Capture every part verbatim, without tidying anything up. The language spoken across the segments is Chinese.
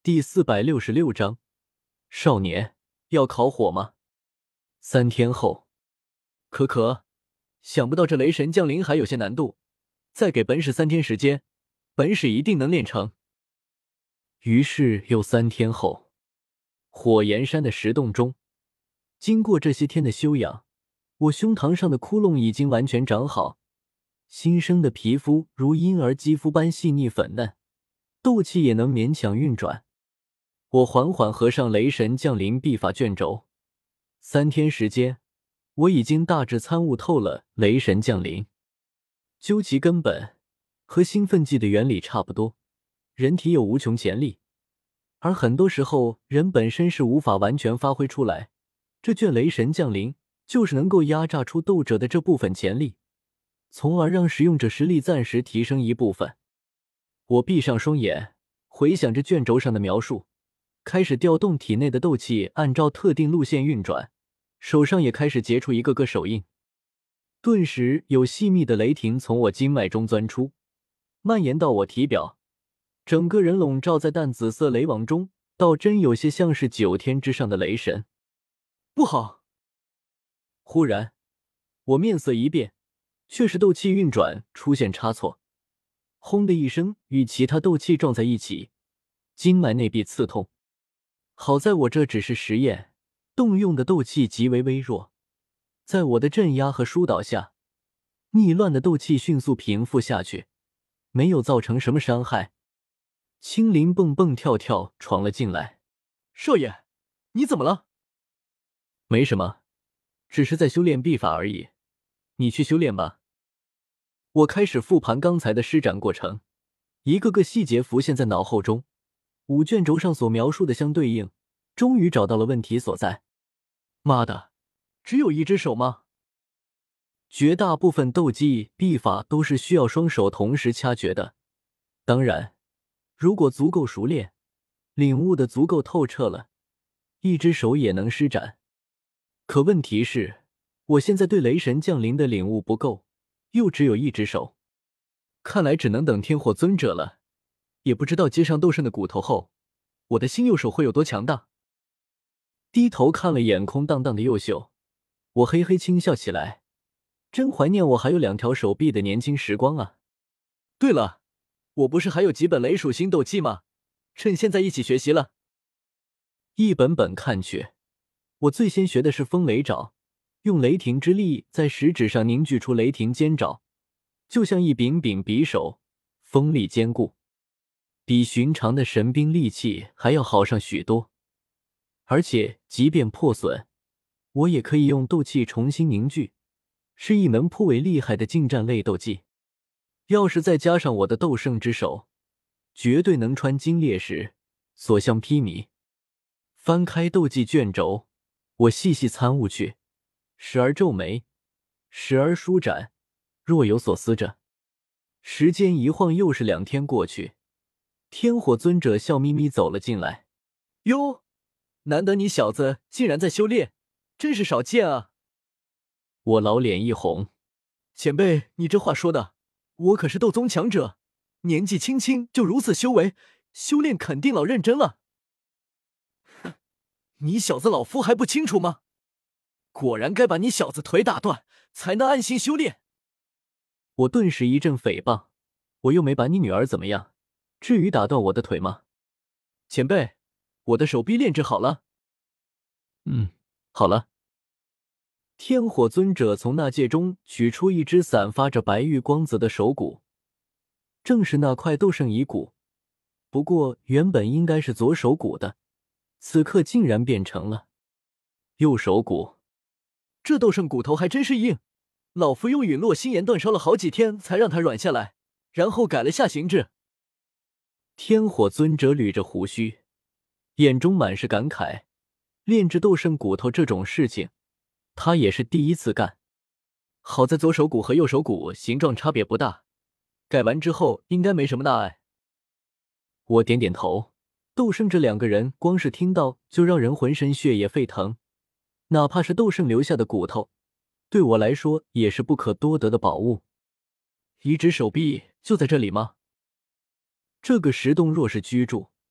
第四百六十六章，少年，要烤火吗？三天后，可可，想不到这雷神降临还有些难度，再给本使三天时间，本使一定能练成。于是又三天后，火焰山的石洞中，经过这些天的休养，我胸膛上的窟窿已经完全长好，新生的皮肤如婴儿肌肤般细腻粉嫩，斗气也能勉强运转。我缓缓合上雷神降临秘法卷轴，三天时间，我已经大致参悟透了雷神降临。究其根本，和兴奋剂的原理差不多，人体有无穷潜力，而很多时候人本身是无法完全发挥出来，这卷雷神降临就是能够压榨出斗者的这部分潜力，从而让使用者实力暂时提升一部分。我闭上双眼，回想着卷轴上的描述，开始调动体内的斗气，按照特定路线运转，手上也开始结出一个个手印。顿时有细密的雷霆从我经脉中钻出，蔓延到我体表，整个人笼罩在淡紫色雷网中，倒真有些像是九天之上的雷神。不好！忽然，我面色一变，却是斗气运转出现差错，轰的一声，与其他斗气撞在一起，经脉内壁刺痛。好在我这只是实验，动用的斗气极为微弱，在我的镇压和疏导下，逆乱的斗气迅速平复下去，没有造成什么伤害。青灵蹦蹦跳跳闯了进来。少爷，你怎么了？没什么，只是在修炼秘法而已，你去修炼吧。我开始复盘刚才的施展过程，一个个细节浮现在脑后中，五卷轴上所描述的相对应，终于找到了问题所在。妈的，只有一只手吗？绝大部分斗技秘法都是需要双手同时掐诀的，当然，如果足够熟练，领悟的足够透彻了，一只手也能施展。可问题是，我现在对雷神降临的领悟不够，又只有一只手，看来只能等天火尊者了。也不知道接上斗圣的骨头后，我的新右手会有多强大。低头看了眼空荡荡的右袖，我嘿嘿轻笑起来，真怀念我还有两条手臂的年轻时光啊。对了，我不是还有几本雷属性斗技吗？趁现在一起学习了。一本本看去，我最先学的是风雷爪，用雷霆之力在食指上凝聚出雷霆尖爪，就像一柄柄匕首，锋利坚固，比寻常的神兵利器还要好上许多。而且即便破损，我也可以用斗气重新凝聚，是一门颇为厉害的近战类斗技。要是再加上我的斗圣之手，绝对能穿金裂石，所向披靡。翻开斗技卷轴，我细细参悟去，时而皱眉，时而舒展，若有所思着。时间一晃又是两天过去，天火尊者笑眯眯走了进来。哟，难得你小子竟然在修炼，真是少见啊。我老脸一红，前辈，你这话说的，我可是斗宗强者，年纪轻轻就如此修为，修炼肯定老认真了。哼，你小子老夫还不清楚吗？果然该把你小子腿打断，才能安心修炼。我顿时一阵诽谤，我又没把你女儿怎么样，至于打断我的腿吗？前辈，我的手臂炼制好了。嗯，好了。天火尊者从纳戒中取出一只散发着白玉光泽的手骨，正是那块斗圣遗骨，不过原本应该是左手骨的，此刻竟然变成了右手骨。这斗圣骨头还真是硬，老夫用陨落心炎煅烧了好几天才让它软下来，然后改了下形制。天火尊者捋着胡须，眼中满是感慨，炼制斗圣骨头这种事情他也是第一次干。好在左手骨和右手骨形状差别不大，改完之后应该没什么大碍。我点点头，斗圣这两个人光是听到就让人浑身血液沸腾，哪怕是斗圣留下的骨头，对我来说也是不可多得的宝物。一只手臂就在这里吗？这个石洞若是居住，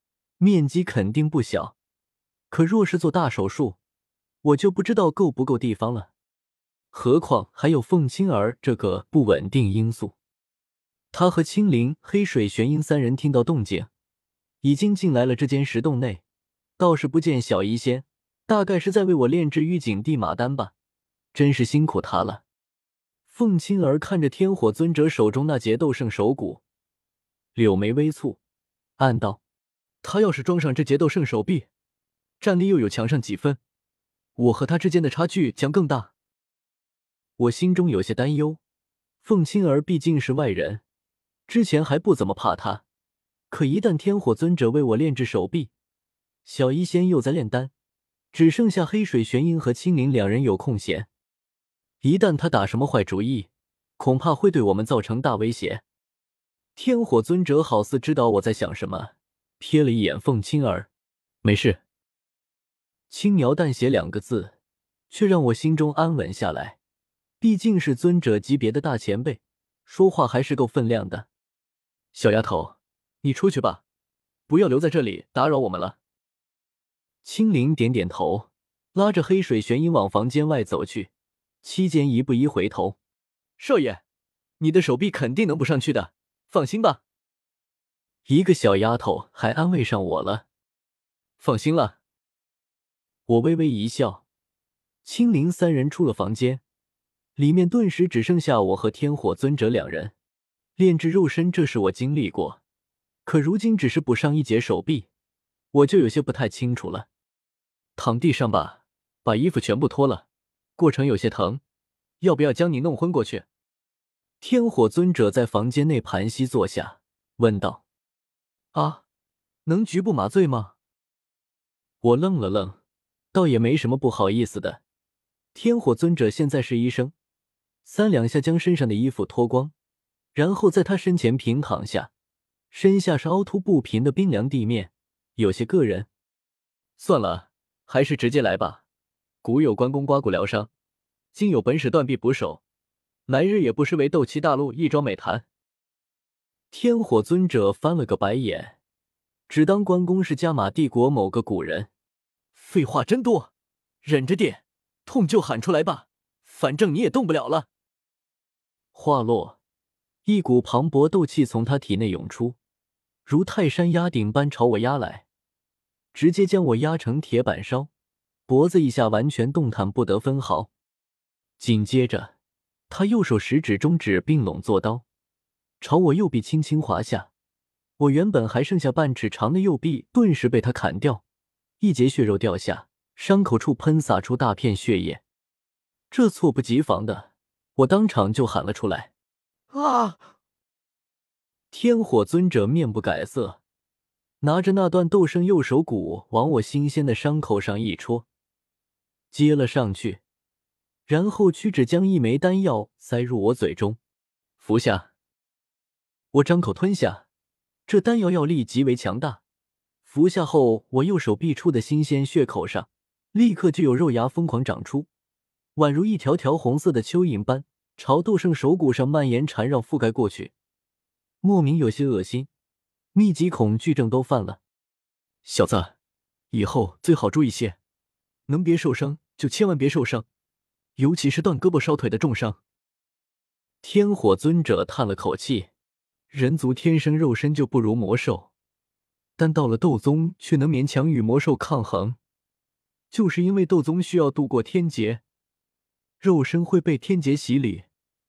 面积肯定不小，可若是做大手术，我就不知道够不够地方了。何况还有凤青儿这个不稳定因素。他和青灵、黑水玄鹰三人听到动静，已经进来了这间石洞内，倒是不见小医仙，大概是在为我炼制玉锦地马丹吧，真是辛苦他了。凤青儿看着天火尊者手中那节斗圣手骨，柳眉微蹙，暗道：他要是装上这节斗圣手臂，战力又有强上几分，我和他之间的差距将更大。我心中有些担忧，凤青儿毕竟是外人，之前还不怎么怕他，可一旦天火尊者为我炼制手臂，小医仙又在炼丹，只剩下黑水玄鹰和青灵两人有空闲，一旦他打什么坏主意，恐怕会对我们造成大威胁。天火尊者好似知道我在想什么，瞥了一眼凤青儿，没事。轻描淡写两个字，却让我心中安稳下来。毕竟是尊者级别的大前辈，说话还是够分量的。小丫头，你出去吧，不要留在这里打扰我们了。青灵点点头，拉着黑水玄鹰往房间外走去，期间一步一回头：少爷，你的手臂肯定能补上去的，放心吧。一个小丫头还安慰上我了，放心了。我微微一笑，青灵三人出了房间，里面顿时只剩下我和天火尊者两人。炼制肉身这事我经历过，可如今只是补上一截手臂，我就有些不太清楚了。躺地上吧，把衣服全部脱了，过程有些疼，要不要将你弄昏过去？天火尊者在房间内盘膝坐下，问道：啊，能局部麻醉吗？我愣了愣，倒也没什么不好意思的。天火尊者现在是医生，三两下将身上的衣服脱光，然后在他身前平躺下，身下是凹凸不平的冰凉地面，有些硌人。算了，还是直接来吧。古有关公刮骨疗伤，今有本使断臂捕手，来日也不失为斗气大陆一桩美谈。天火尊者翻了个白眼，只当关公是加玛帝国某个古人。废话真多，忍着点，痛就喊出来吧，反正你也动不了了。话落，一股磅礴斗气从他体内涌出，如泰山压顶般朝我压来，直接将我压成铁板烧，脖子以下完全动弹不得分毫。紧接着，他右手食指、中指并拢做刀，朝我右臂轻轻划下，我原本还剩下半尺长的右臂顿时被他砍掉，一截血肉掉下，伤口处喷洒出大片血液。这猝不及防的，我当场就喊了出来：啊！天火尊者面不改色，拿着那段斗圣右手骨往我新鲜的伤口上一戳，接了上去，然后屈指将一枚丹药塞入我嘴中，服下。我张口吞下，这丹药药力极为强大，服下后，我右手臂处的新鲜血口上立刻就有肉芽疯狂长出，宛如一条条红色的蚯蚓般朝斗圣手骨上蔓延缠绕覆盖过去，莫名有些恶心，密集恐惧症都犯了。小子，以后最好注意些，能别受伤就千万别受伤，尤其是断胳膊烧腿的重伤。天火尊者叹了口气，人族天生肉身就不如魔兽，但到了斗宗却能勉强与魔兽抗衡，就是因为斗宗需要度过天劫，肉身会被天劫洗礼。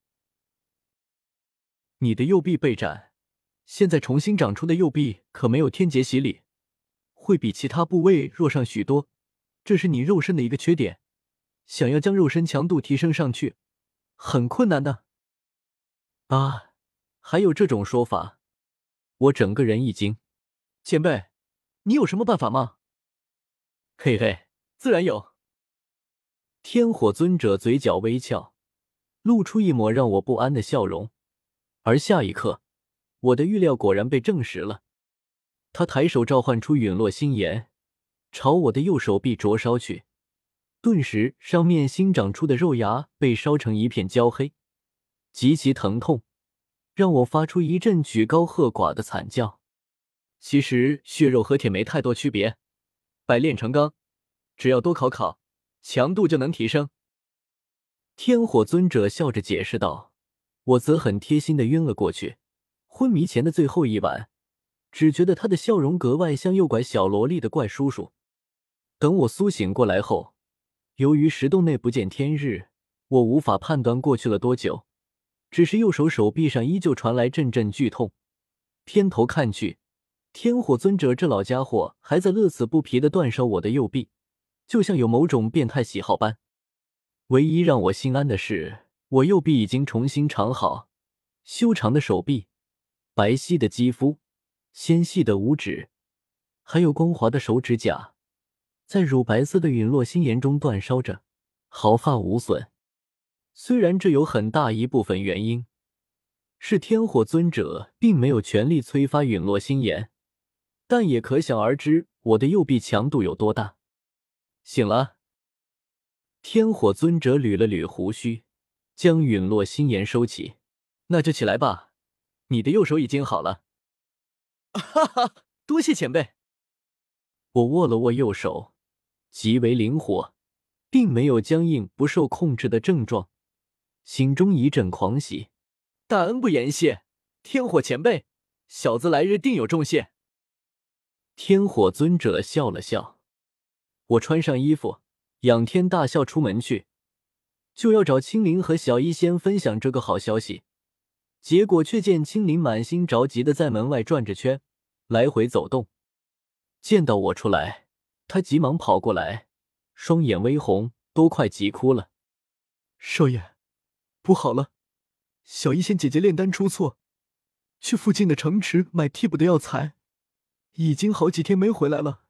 你的右臂被斩，现在重新长出的右臂可没有天劫洗礼，会比其他部位弱上许多，这是你肉身的一个缺点，想要将肉身强度提升上去，很困难的。啊，还有这种说法？我整个人一惊。前辈，你有什么办法吗？嘿嘿，自然有。天火尊者嘴角微翘，露出一抹让我不安的笑容，而下一刻，我的预料果然被证实了。他抬手召唤出陨落星炎，朝我的右手臂灼烧去，顿时上面新长出的肉芽被烧成一片焦黑，极其疼痛，让我发出一阵举高喝寡的惨叫。 其实血肉和铁没太多区别，百炼成钢，只要多考考，强度就能提升。天火尊者笑着解释道，我则很贴心的晕了过去。昏迷前的最后一晚，只觉得他的笑容格外像诱拐小萝莉的怪叔叔。等我苏醒过来后，由于石洞内不见天日，我无法判断过去了多久，只是右手手臂上依旧传来阵阵剧痛。偏头看去，天火尊者这老家伙还在乐此不疲地断烧我的右臂，就像有某种变态喜好般。唯一让我心安的是，我右臂已经重新长好，修长的手臂，白皙的肌肤，纤细的五指，还有光滑的手指甲，在乳白色的陨落心炎中煅烧着，毫发无损。虽然这有很大一部分原因是天火尊者并没有全力催发陨落心炎，但也可想而知我的右臂强度有多大。醒了。天火尊者捋了捋胡须，将陨落心炎收起。那就起来吧，你的右手已经好了。哈哈，多谢前辈。我握了握右手，极为灵活，并没有僵硬不受控制的症状，心中一阵狂喜。大恩不言谢，天火前辈，小子来日定有重谢。天火尊者笑了笑，我穿上衣服，仰天大笑出门去，就要找青灵和小医仙分享这个好消息，结果却见青灵满心着急的在门外转着圈，来回走动。见到我出来，他急忙跑过来，双眼微红，都快急哭了。少爷，不好了，小医仙姐姐炼丹出错，去附近的城池买替补的药材，已经好几天没回来了。